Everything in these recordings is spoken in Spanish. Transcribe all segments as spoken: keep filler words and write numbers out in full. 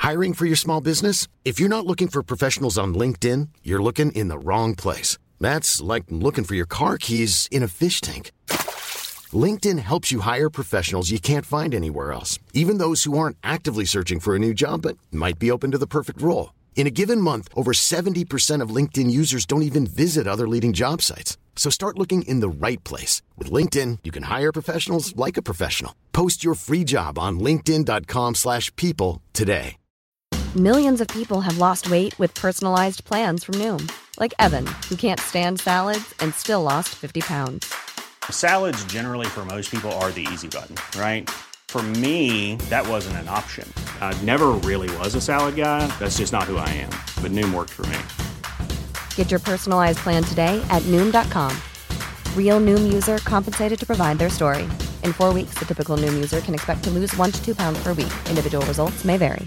Hiring for your small business? If you're not looking for professionals on LinkedIn, you're looking in the wrong place. That's like looking for your car keys in a fish tank. LinkedIn helps you hire professionals you can't find anywhere else, even those who aren't actively searching for a new job but might be open to the perfect role. In a given month, over seventy percent of LinkedIn users don't even visit other leading job sites. So start looking in the right place. With LinkedIn, you can hire professionals like a professional. Post your free job on linkedin.com slash people today. Millions of people have lost weight with personalized plans from Noom. Like Evan, who can't stand salads and still lost fifty pounds. Salads generally for most people are the easy button, right? For me, that wasn't an option. I never really was a salad guy. That's just not who I am. But Noom worked for me. Get your personalized plan today at Noom dot com. Real Noom user compensated to provide their story. In four weeks, the typical Noom user can expect to lose one to two pounds per week. Individual results may vary.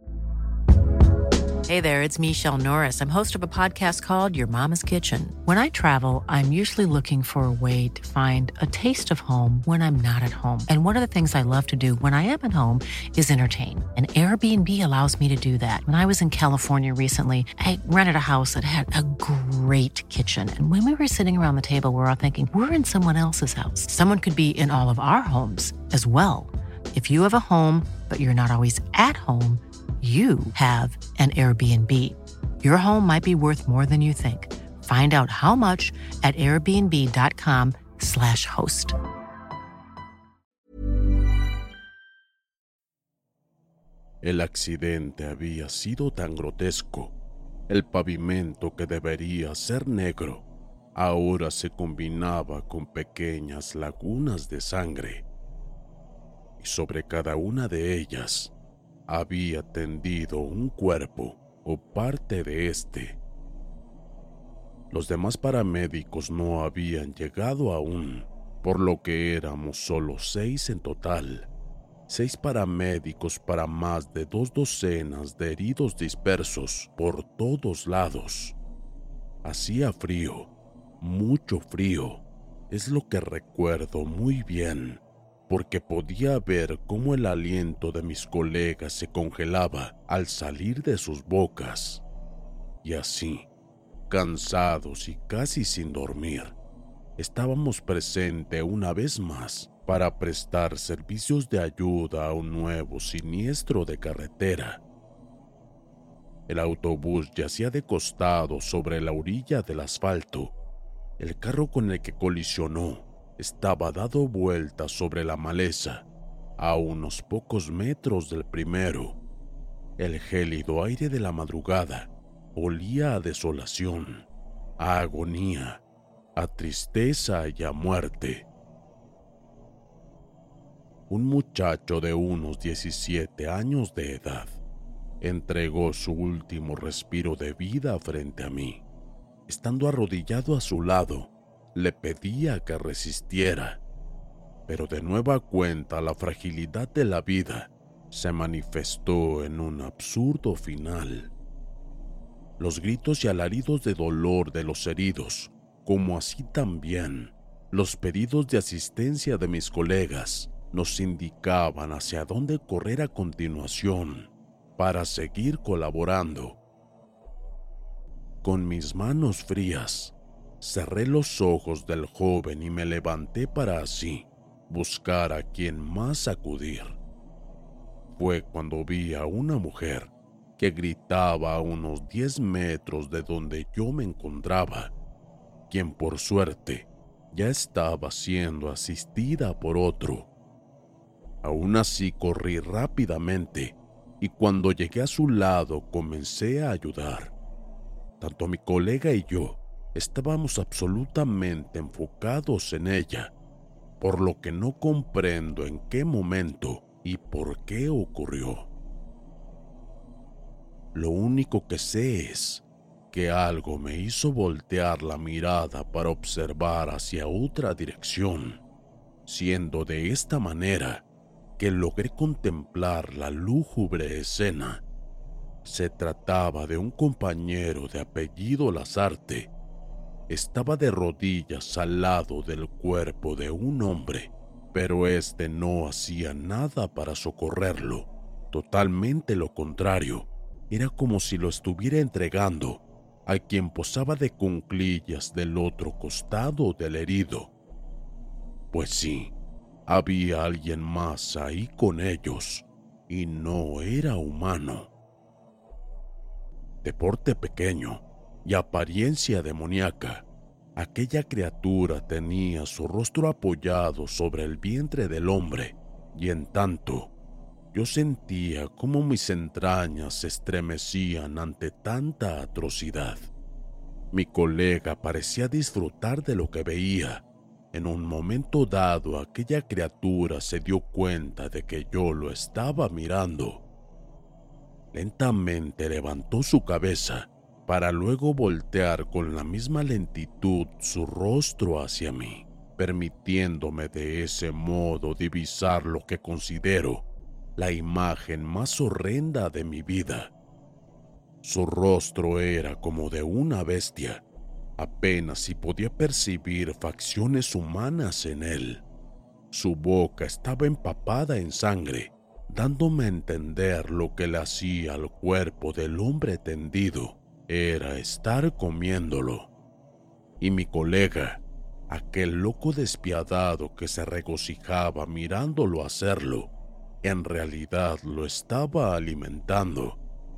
Hey there, it's Michelle Norris. I'm host of a podcast called Your Mama's Kitchen. When I travel, I'm usually looking for a way to find a taste of home when I'm not at home. And one of the things I love to do when I am at home is entertain. And Airbnb allows me to do that. When I was in California recently, I rented a house that had a great kitchen. And when we were sitting around the table, we were all thinking, we're in someone else's house. Someone could be in all of our homes as well. If you have a home, but you're not always at home, you have an Airbnb. Your home might be worth more than you think. Find out how much at airbnb.com slash host. El accidente había sido tan grotesco. El pavimento, que debería ser negro, ahora se combinaba con pequeñas lagunas de sangre. Y sobre cada una de ellas había tendido un cuerpo o parte de este. Los demás paramédicos no habían llegado aún, por lo que éramos solo seis en total. Seis paramédicos para más de dos docenas de heridos dispersos por todos lados. Hacía frío, mucho frío, es lo que recuerdo muy bien, porque podía ver cómo el aliento de mis colegas se congelaba al salir de sus bocas. Y así, cansados y casi sin dormir, estábamos presentes una vez más para prestar servicios de ayuda a un nuevo siniestro de carretera. El autobús yacía de costado sobre la orilla del asfalto. El carro con el que colisionó estaba dado vuelta sobre la maleza, a unos pocos metros del primero. El gélido aire de la madrugada olía a desolación, a agonía, a tristeza y a muerte. Un muchacho de unos diecisiete años de edad entregó su último respiro de vida frente a mí. Estando arrodillado a su lado, le pedía que resistiera, pero de nueva cuenta la fragilidad de la vida se manifestó en un absurdo final. Los gritos y alaridos de dolor de los heridos, como así también los pedidos de asistencia de mis colegas, nos indicaban hacia dónde correr a continuación para seguir colaborando. Con mis manos frías, cerré los ojos del joven y me levanté para así buscar a quien más acudir. Fue cuando vi a una mujer que gritaba a unos diez metros de donde yo me encontraba, quien por suerte ya estaba siendo asistida por otro. Aún así corrí rápidamente y cuando llegué a su lado comencé a ayudar. Tanto mi colega y yo estábamos absolutamente enfocados en ella, por lo que no comprendo en qué momento y por qué ocurrió. Lo único que sé es que algo me hizo voltear la mirada para observar hacia otra dirección, siendo de esta manera que logré contemplar la lúgubre escena. Se trataba de un compañero de apellido Lazarte. Estaba de rodillas al lado del cuerpo de un hombre, pero este no hacía nada para socorrerlo. totalmente lo contrario. Era como si lo estuviera entregando a quien posaba de cuclillas del otro costado del herido. Pues sí, había alguien más ahí con ellos, y no era humano. De porte pequeño y apariencia demoníaca, aquella criatura tenía su rostro apoyado sobre el vientre del hombre, y en tanto yo sentía cómo mis entrañas se estremecían ante tanta atrocidad. Mi colega parecía disfrutar de lo que veía. En un momento dado, aquella criatura se dio cuenta de que yo lo estaba mirando. Lentamente levantó su cabeza para luego voltear con la misma lentitud su rostro hacia mí, permitiéndome de ese modo divisar lo que considero la imagen más horrenda de mi vida. Su rostro era como de una bestia. Apenas si podía percibir facciones humanas en él. Su boca estaba empapada en sangre, dándome a entender lo que le hacía al cuerpo del hombre tendido era estar comiéndolo. Y mi colega, aquel loco despiadado que se regocijaba mirándolo hacerlo, en realidad lo estaba alimentando.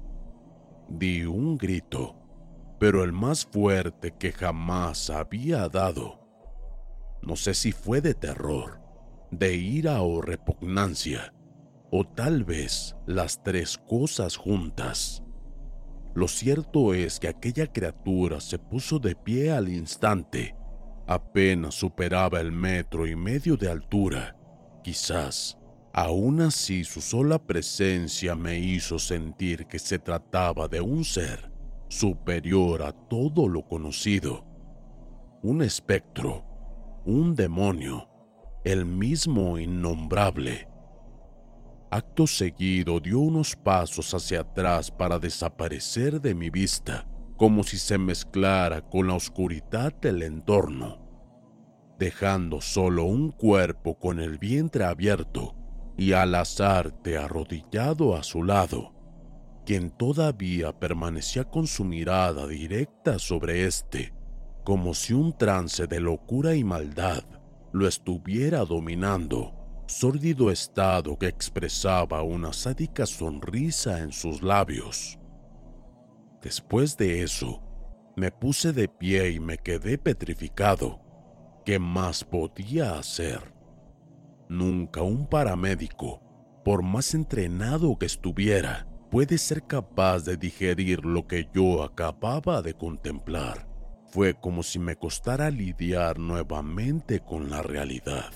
Di un grito, pero el más fuerte que jamás había dado. No sé si fue de terror, de ira o repugnancia, o tal vez las tres cosas juntas. Lo cierto es que aquella criatura se puso de pie al instante. Apenas superaba el metro y medio de altura. Quizás, aún así, su sola presencia me hizo sentir que se trataba de un ser superior a todo lo conocido. Un espectro, un demonio, el mismo innombrable. Acto seguido dio unos pasos hacia atrás para desaparecer de mi vista, como si se mezclara con la oscuridad del entorno, dejando solo un cuerpo con el vientre abierto y al azarte arrodillado a su lado, quien todavía permanecía con su mirada directa sobre éste, como si un trance de locura y maldad lo estuviera dominando. Sórdido estado que expresaba una sádica sonrisa en sus labios. Después de eso, me puse de pie y me quedé petrificado. ¿Qué más podía hacer? Nunca un paramédico, por más entrenado que estuviera, puede ser capaz de digerir lo que yo acababa de contemplar. Fue como si me costara lidiar nuevamente con la realidad,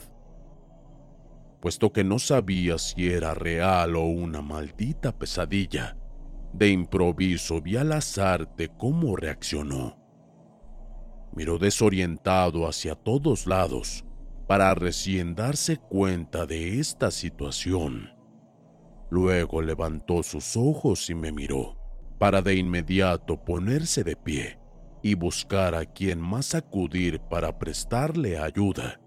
puesto que no sabía si era real o una maldita pesadilla. De improviso vi al azarte cómo reaccionó. Miró desorientado hacia todos lados para recién darse cuenta de esta situación. Luego levantó sus ojos y me miró, para de inmediato ponerse de pie y buscar a quien más acudir para prestarle ayuda.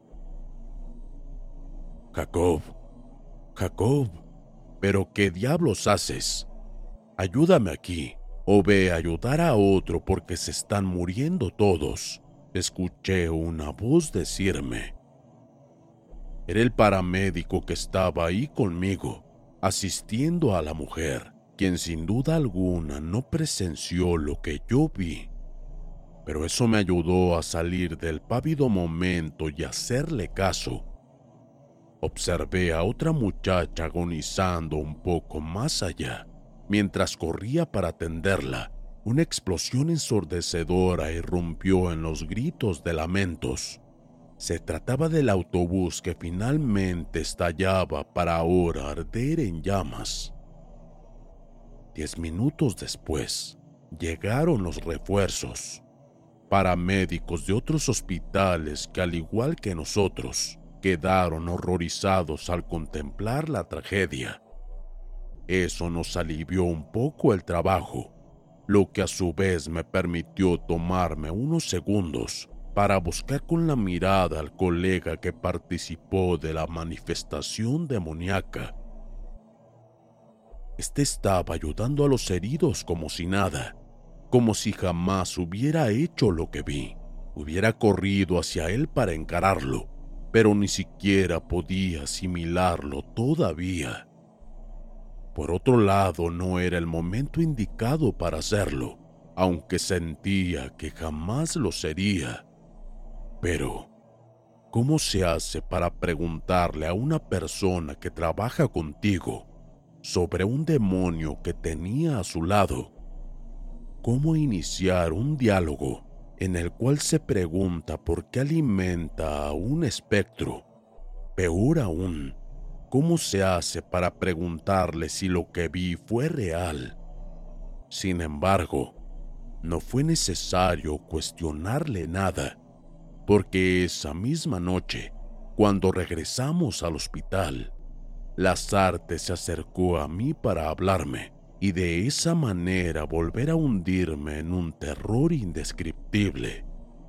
Jacob, Jacob, ¿pero qué diablos haces? Ayúdame aquí, o ve a ayudar a otro porque se están muriendo todos. Escuché una voz decirme. Era el paramédico que estaba ahí conmigo, asistiendo a la mujer, quien sin duda alguna no presenció lo que yo vi. Pero eso me ayudó a salir del pávido momento y hacerle caso. Observé a otra muchacha agonizando un poco más allá. Mientras corría para atenderla, una explosión ensordecedora irrumpió en los gritos de lamentos. Se trataba del autobús que finalmente estallaba para ahora arder en llamas. Diez minutos después, llegaron los refuerzos. Paramédicos de otros hospitales que, al igual que nosotros, quedaron horrorizados al contemplar la tragedia. Eso nos alivió un poco el trabajo, lo que a su vez me permitió tomarme unos segundos para buscar con la mirada al colega que participó de la manifestación demoníaca. Este estaba ayudando a los heridos como si nada, como si jamás hubiera hecho lo que vi. Hubiera corrido hacia él para encararlo, pero ni siquiera podía asimilarlo todavía. Por otro lado, no era el momento indicado para hacerlo, aunque sentía que jamás lo sería. Pero, ¿cómo se hace para preguntarle a una persona que trabaja contigo sobre un demonio que tenía a su lado? ¿Cómo iniciar un diálogo en el cual se pregunta por qué alimenta a un espectro? Peor aún, ¿cómo se hace para preguntarle si lo que vi fue real? Sin embargo, no fue necesario cuestionarle nada, porque esa misma noche, cuando regresamos al hospital, Lasarte se acercó a mí para hablarme y de esa manera volver a hundirme en un terror indescriptible.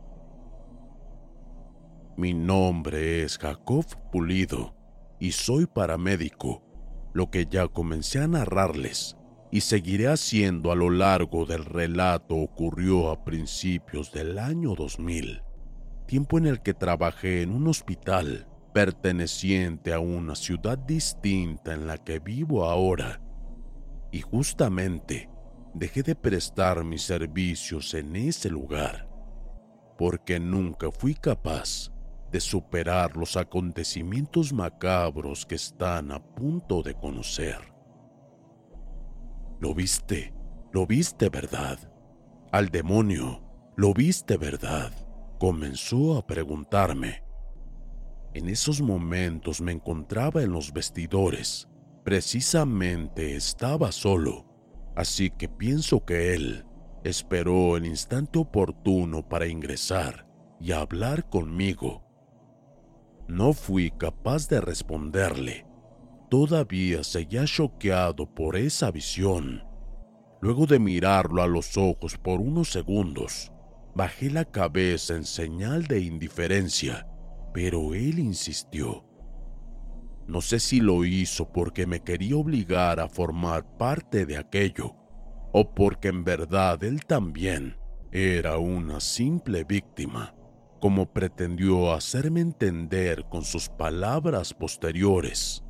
Mi nombre es Jacob Pulido y soy paramédico, lo que ya comencé a narrarles y seguiré haciendo a lo largo del relato ocurrió a principios del año dos mil, tiempo en el que trabajé en un hospital perteneciente a una ciudad distinta en la que vivo ahora, y justamente dejé de prestar mis servicios en ese lugar, porque nunca fui capaz de superar los acontecimientos macabros que están a punto de conocer. ¿Lo viste? ¿Lo viste, verdad? Al demonio, ¿lo viste, verdad? Comenzó a preguntarme. En esos momentos me encontraba en los vestidores. Precisamente estaba solo, así que pienso que él esperó el instante oportuno para ingresar y hablar conmigo. No fui capaz de responderle. Todavía seguía choqueado por esa visión. Luego de mirarlo a los ojos por unos segundos, bajé la cabeza en señal de indiferencia, pero él insistió. No sé si lo hizo porque me quería obligar a formar parte de aquello, o porque en verdad él también era una simple víctima, como pretendió hacerme entender con sus palabras posteriores.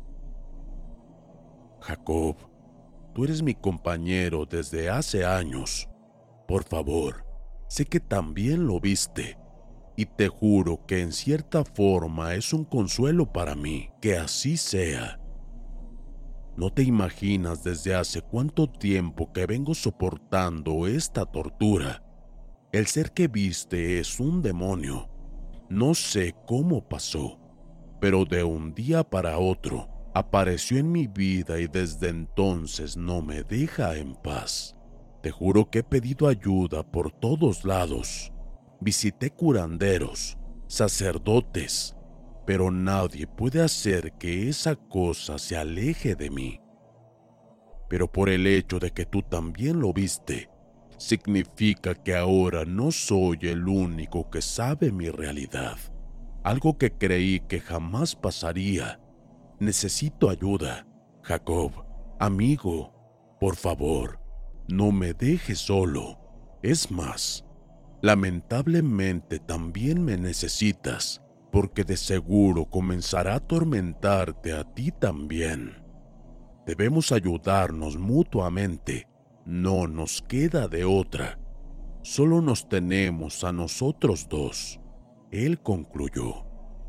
Jacob, tú eres mi compañero desde hace años. Por favor, sé que también lo viste. Y te juro que en cierta forma es un consuelo para mí que así sea. No te imaginas desde hace cuánto tiempo que vengo soportando esta tortura. El ser que viste es un demonio. No sé cómo pasó, pero de un día para otro apareció en mi vida y desde entonces no me deja en paz. Te juro que he pedido ayuda por todos lados. Visité curanderos, sacerdotes, pero nadie puede hacer que esa cosa se aleje de mí. Pero por el hecho de que tú también lo viste, significa que ahora no soy el único que sabe mi realidad. Algo que creí que jamás pasaría. Necesito ayuda. Jacob, amigo, por favor, no me dejes solo. Es más, lamentablemente también me necesitas, porque de seguro comenzará a atormentarte a ti también. Debemos ayudarnos mutuamente, no nos queda de otra. Solo nos tenemos a nosotros dos, él concluyó.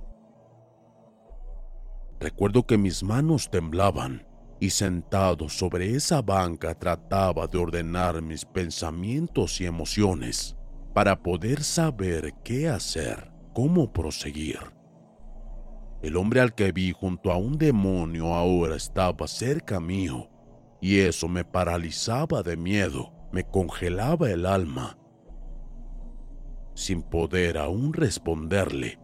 Recuerdo que mis manos temblaban y sentado sobre esa banca trataba de ordenar mis pensamientos y emociones para poder saber qué hacer, cómo proseguir. El hombre al que vi junto a un demonio ahora estaba cerca mío, y eso me paralizaba de miedo, me congelaba el alma. Sin poder aún responderle.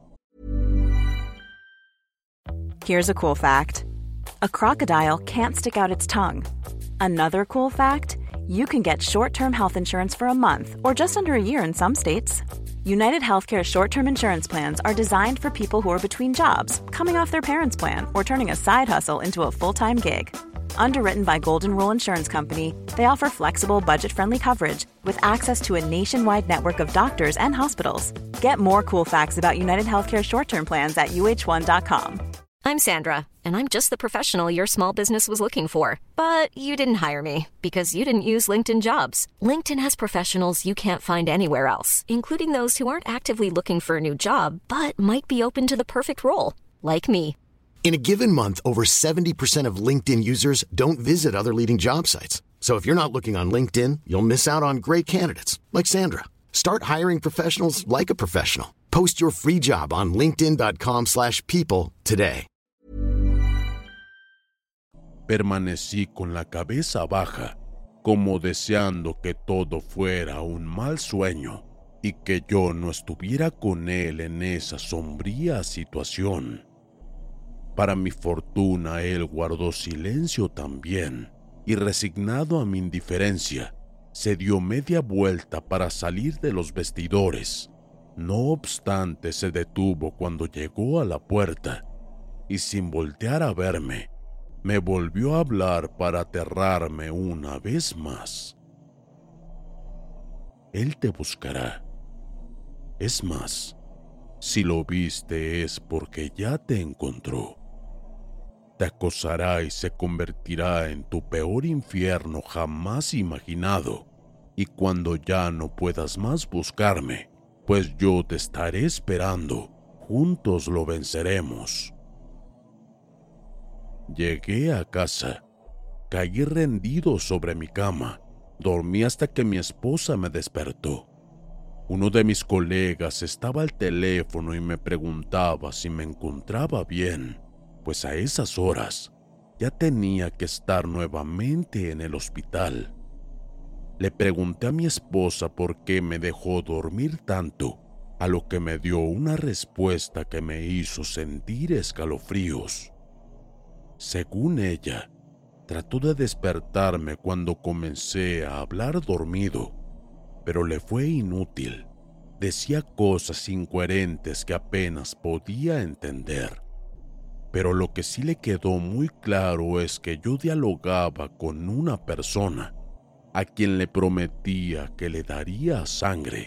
Here's a cool fact. A crocodile can't stick out its tongue. Another cool fact, you can get short-term health insurance for a month or just under a year in some states. United Healthcare short-term insurance plans are designed for people who are between jobs, coming off their parents' plan, or turning a side hustle into a full-time gig. Underwritten by Golden Rule Insurance Company, they offer flexible, budget-friendly coverage with access to a nationwide network of doctors and hospitals. Get more cool facts about United Healthcare short-term plans at U H one dot com. I'm Sandra, and I'm just the professional your small business was looking for. But you didn't hire me because you didn't use LinkedIn Jobs. LinkedIn has professionals you can't find anywhere else, including those who aren't actively looking for a new job, but might be open to the perfect role, like me. In a given month, over seventy percent of LinkedIn users don't visit other leading job sites. So if you're not looking on LinkedIn, you'll miss out on great candidates like Sandra. Start hiring professionals like a professional. Post your free job on linkedin dot com slash people today. Permanecí con la cabeza baja, como deseando que todo fuera un mal sueño y que yo no estuviera con él en esa sombría situación. Para mi fortuna, él guardó silencio también, y resignado a mi indiferencia, se dio media vuelta para salir de los vestidores. No obstante, se detuvo cuando llegó a la puerta, y sin voltear a verme, me volvió a hablar para aterrarme una vez más. Él te buscará. Es más, si lo viste es porque ya te encontró. Te acosará y se convertirá en tu peor infierno jamás imaginado. Y cuando ya no puedas más buscarme, pues yo te estaré esperando, juntos lo venceremos. Llegué a casa, caí rendido sobre mi cama, dormí hasta que mi esposa me despertó. Uno de mis colegas estaba al teléfono y me preguntaba si me encontraba bien, pues a esas horas ya tenía que estar nuevamente en el hospital. Le pregunté a mi esposa por qué me dejó dormir tanto, a lo que me dio una respuesta que me hizo sentir escalofríos. Según ella, trató de despertarme cuando comencé a hablar dormido, pero le fue inútil. Decía cosas incoherentes que apenas podía entender. Pero lo que sí le quedó muy claro es que yo dialogaba con una persona a quien le prometía que le daría sangre.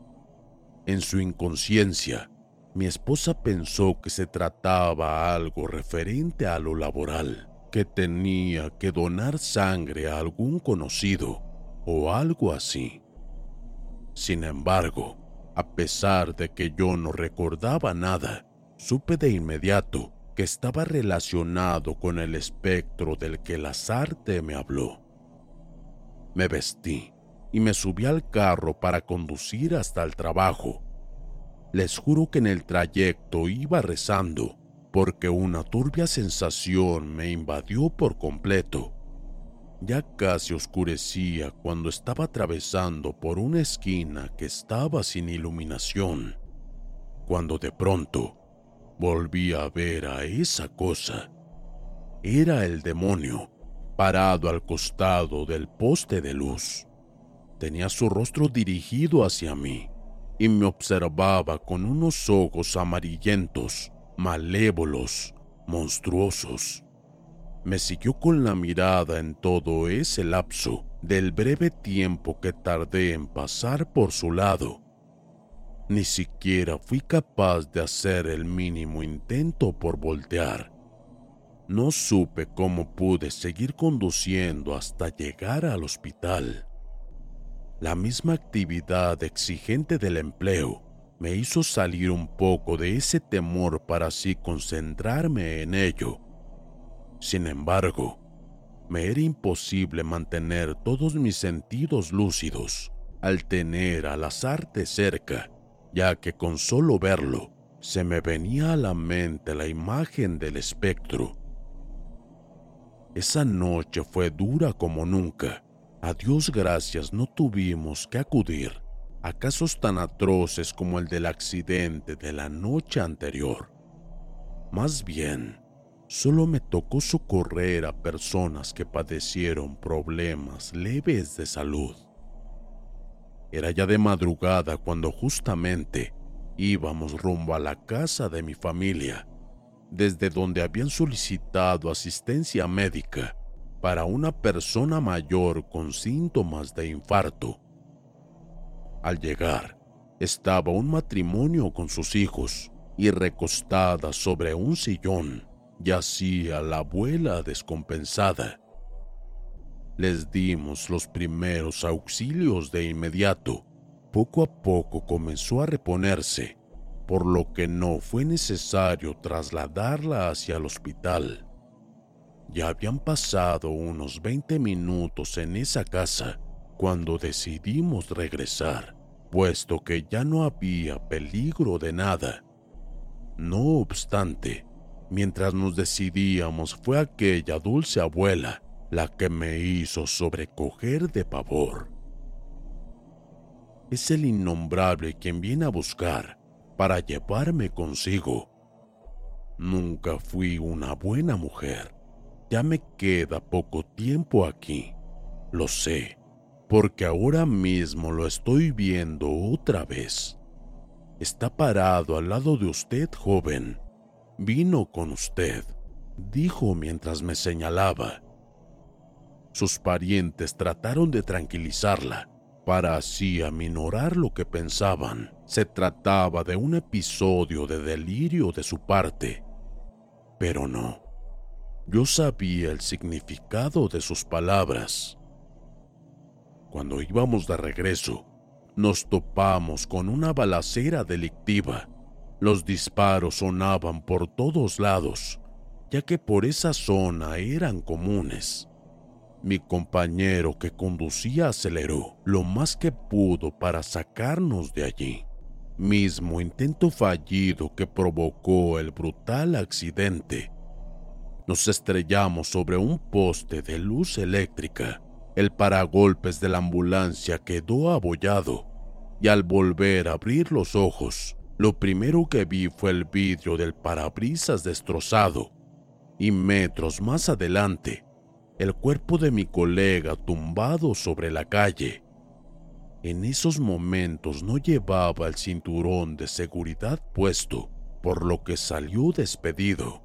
En su inconsciencia, mi esposa pensó que se trataba algo referente a lo laboral, que tenía que donar sangre a algún conocido o algo así. Sin embargo, a pesar de que yo no recordaba nada, supe de inmediato que estaba relacionado con el espectro del que Lazarte me habló. Me vestí y me subí al carro para conducir hasta el trabajo. Les juro que en el trayecto iba rezando, porque una turbia sensación me invadió por completo. Ya casi oscurecía cuando estaba atravesando por una esquina que estaba sin iluminación, cuando de pronto volví a ver a esa cosa. Era el demonio, parado al costado del poste de luz. Tenía su rostro dirigido hacia mí y me observaba con unos ojos amarillentos, malévolos, monstruosos. Me siguió con la mirada en todo ese lapso del breve tiempo que tardé en pasar por su lado. Ni siquiera fui capaz de hacer el mínimo intento por voltear. No supe cómo pude seguir conduciendo hasta llegar al hospital. La misma actividad exigente del empleo me hizo salir un poco de ese temor para así concentrarme en ello. Sin embargo, me era imposible mantener todos mis sentidos lúcidos al tener a Lazarte cerca, ya que con solo verlo se me venía a la mente la imagen del espectro. Esa noche fue dura como nunca. A Dios gracias no tuvimos que acudir a casos tan atroces como el del accidente de la noche anterior. Más bien, solo me tocó socorrer a personas que padecieron problemas leves de salud. Era ya de madrugada cuando justamente íbamos rumbo a la casa de mi familia, desde donde habían solicitado asistencia médica para una persona mayor con síntomas de infarto. Al llegar, estaba un matrimonio con sus hijos y recostada sobre un sillón yacía la abuela descompensada. Les dimos los primeros auxilios de inmediato. Poco a poco comenzó a reponerse, por lo que no fue necesario trasladarla hacia el hospital. Ya habían pasado unos veinte minutos en esa casa cuando decidimos regresar, puesto que ya no había peligro de nada. No obstante, mientras nos decidíamos, fue aquella dulce abuela la que me hizo sobrecoger de pavor. Es el innombrable quien viene a buscar para llevarme consigo. Nunca fui una buena mujer. Ya me queda poco tiempo aquí. Lo sé, porque ahora mismo lo estoy viendo otra vez. Está parado al lado de usted, joven. Vino con usted, dijo mientras me señalaba. Sus parientes trataron de tranquilizarla, para así aminorar lo que pensaban. Se trataba de un episodio de delirio de su parte. Pero no. Yo sabía el significado de sus palabras. Cuando íbamos de regreso, nos topamos con una balacera delictiva. Los disparos sonaban por todos lados, ya que por esa zona eran comunes. Mi compañero que conducía aceleró lo más que pudo para sacarnos de allí. Mismo intento fallido que provocó el brutal accidente. Nos estrellamos sobre un poste de luz eléctrica. El paragolpes de la ambulancia quedó abollado y al volver a abrir los ojos, lo primero que vi fue el vidrio del parabrisas destrozado y metros más adelante, el cuerpo de mi colega tumbado sobre la calle. En esos momentos no llevaba el cinturón de seguridad puesto, por lo que salió despedido.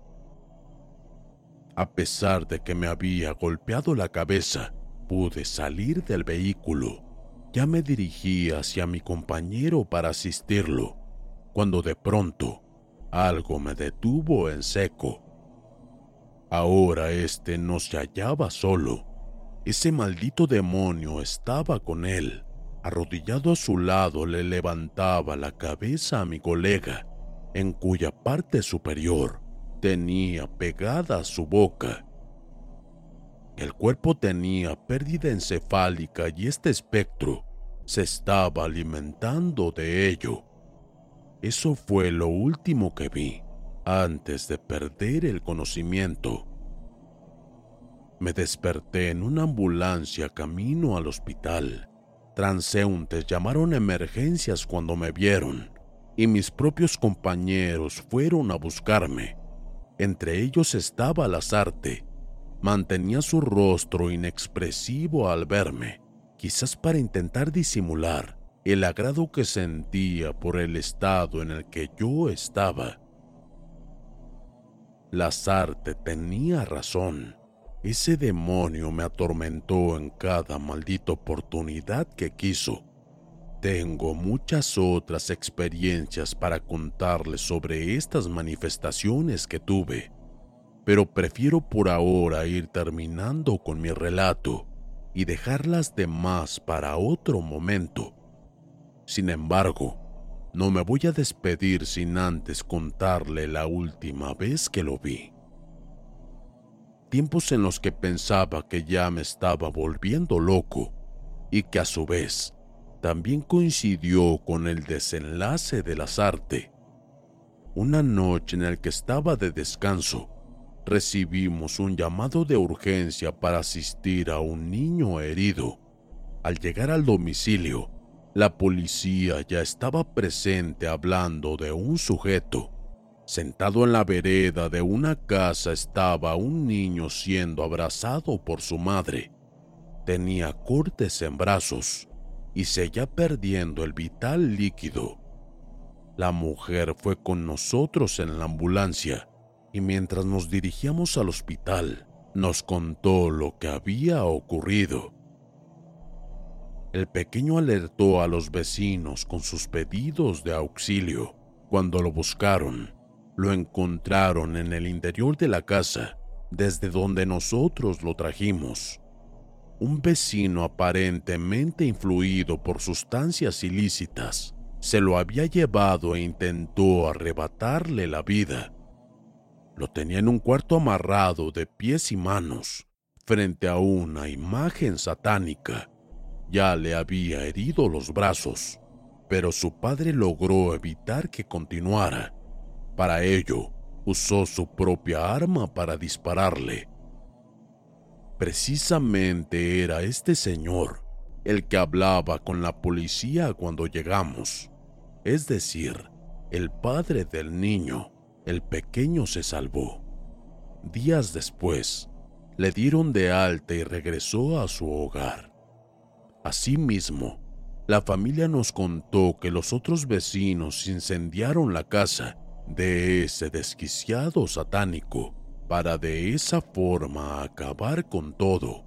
A pesar de que me había golpeado la cabeza, pude salir del vehículo. Ya me dirigí hacia mi compañero para asistirlo, cuando de pronto algo me detuvo en seco. Ahora este no se hallaba solo. Ese maldito demonio estaba con él. Arrodillado a su lado le levantaba la cabeza a mi colega, en cuya parte superior tenía pegada su boca. El cuerpo tenía pérdida encefálica y este espectro se estaba alimentando de ello. Eso fue lo último que vi antes de perder el conocimiento. Me desperté en una ambulancia camino al hospital. Transeúntes llamaron a emergencias cuando me vieron y mis propios compañeros fueron a buscarme. Entre ellos estaba Lazarte. Mantenía su rostro inexpresivo al verme, quizás para intentar disimular el agrado que sentía por el estado en el que yo estaba. Lazarte tenía razón. Ese demonio me atormentó en cada maldita oportunidad que quiso. Tengo muchas otras experiencias para contarles sobre estas manifestaciones que tuve, pero prefiero por ahora ir terminando con mi relato y dejar las demás para otro momento. Sin embargo, no me voy a despedir sin antes contarle la última vez que lo vi. Tiempos en los que pensaba que ya me estaba volviendo loco y que a su vez también coincidió con el desenlace de Lazarte. Una noche en la que estaba de descanso, recibimos un llamado de urgencia para asistir a un niño herido. Al llegar al domicilio, la policía ya estaba presente hablando de un sujeto. Sentado en la vereda de una casa estaba un niño siendo abrazado por su madre. Tenía cortes en brazos y seguía perdiendo el vital líquido. La mujer fue con nosotros en la ambulancia y mientras nos dirigíamos al hospital, nos contó lo que había ocurrido. El pequeño alertó a los vecinos con sus pedidos de auxilio. Cuando lo buscaron, lo encontraron en el interior de la casa, desde donde nosotros lo trajimos. Un vecino aparentemente influido por sustancias ilícitas se lo había llevado e intentó arrebatarle la vida. Lo tenía en un cuarto amarrado de pies y manos, frente a una imagen satánica. Ya le había herido los brazos, pero su padre logró evitar que continuara. Para ello, usó su propia arma para dispararle. Precisamente era este señor el que hablaba con la policía cuando llegamos. Es decir, el padre del niño. El pequeño se salvó. Días después, le dieron de alta y regresó a su hogar. Asimismo, la familia nos contó que los otros vecinos incendiaron la casa de ese desquiciado satánico para de esa forma acabar con todo.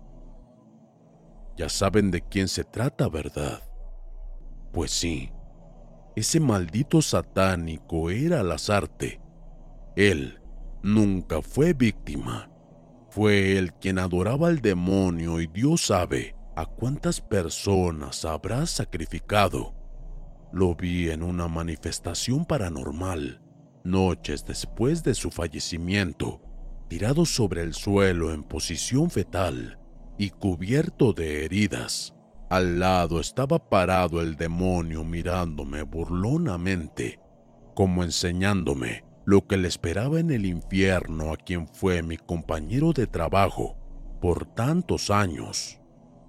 Ya saben de quién se trata, ¿verdad? Pues sí, ese maldito satánico era Lasarte. Él nunca fue víctima. Fue él quien adoraba al demonio y Dios sabe a cuántas personas habrá sacrificado. Lo vi en una manifestación paranormal, noches después de su fallecimiento, tirado sobre el suelo en posición fetal y cubierto de heridas. Al lado estaba parado el demonio mirándome burlonamente, como enseñándome lo que le esperaba en el infierno a quien fue mi compañero de trabajo por tantos años.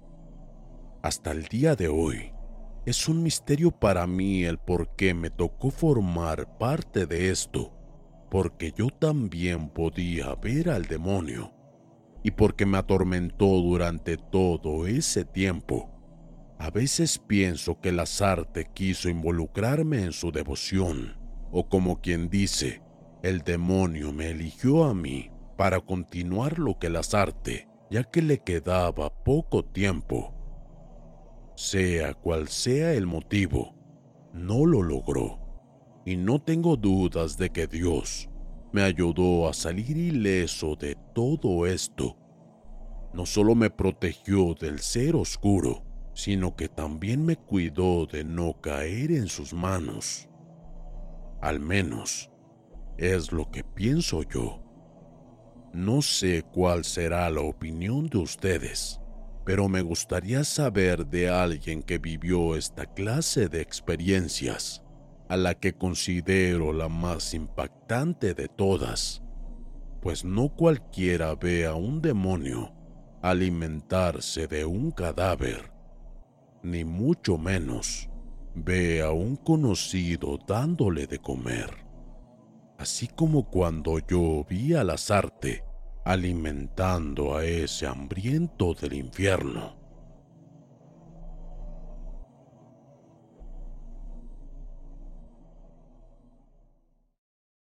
Hasta el día de hoy, es un misterio para mí el por qué me tocó formar parte de esto, porque yo también podía ver al demonio, y porque me atormentó durante todo ese tiempo. A veces pienso que Lasarte quiso involucrarme en su devoción, o como quien dice, el demonio me eligió a mí para continuar lo que Lasarte, ya que le quedaba poco tiempo. Sea cual sea el motivo, no lo logró, y no tengo dudas de que Dios me ayudó a salir ileso de todo esto. No solo me protegió del ser oscuro, sino que también me cuidó de no caer en sus manos. Al menos, es lo que pienso yo. No sé cuál será la opinión de ustedes, pero me gustaría saber de alguien que vivió esta clase de experiencias, a la que considero la más impactante de todas, pues no cualquiera ve a un demonio alimentarse de un cadáver, ni mucho menos ve a un conocido dándole de comer. Así como cuando yo vi a Lasarte alimentando a ese hambriento del infierno.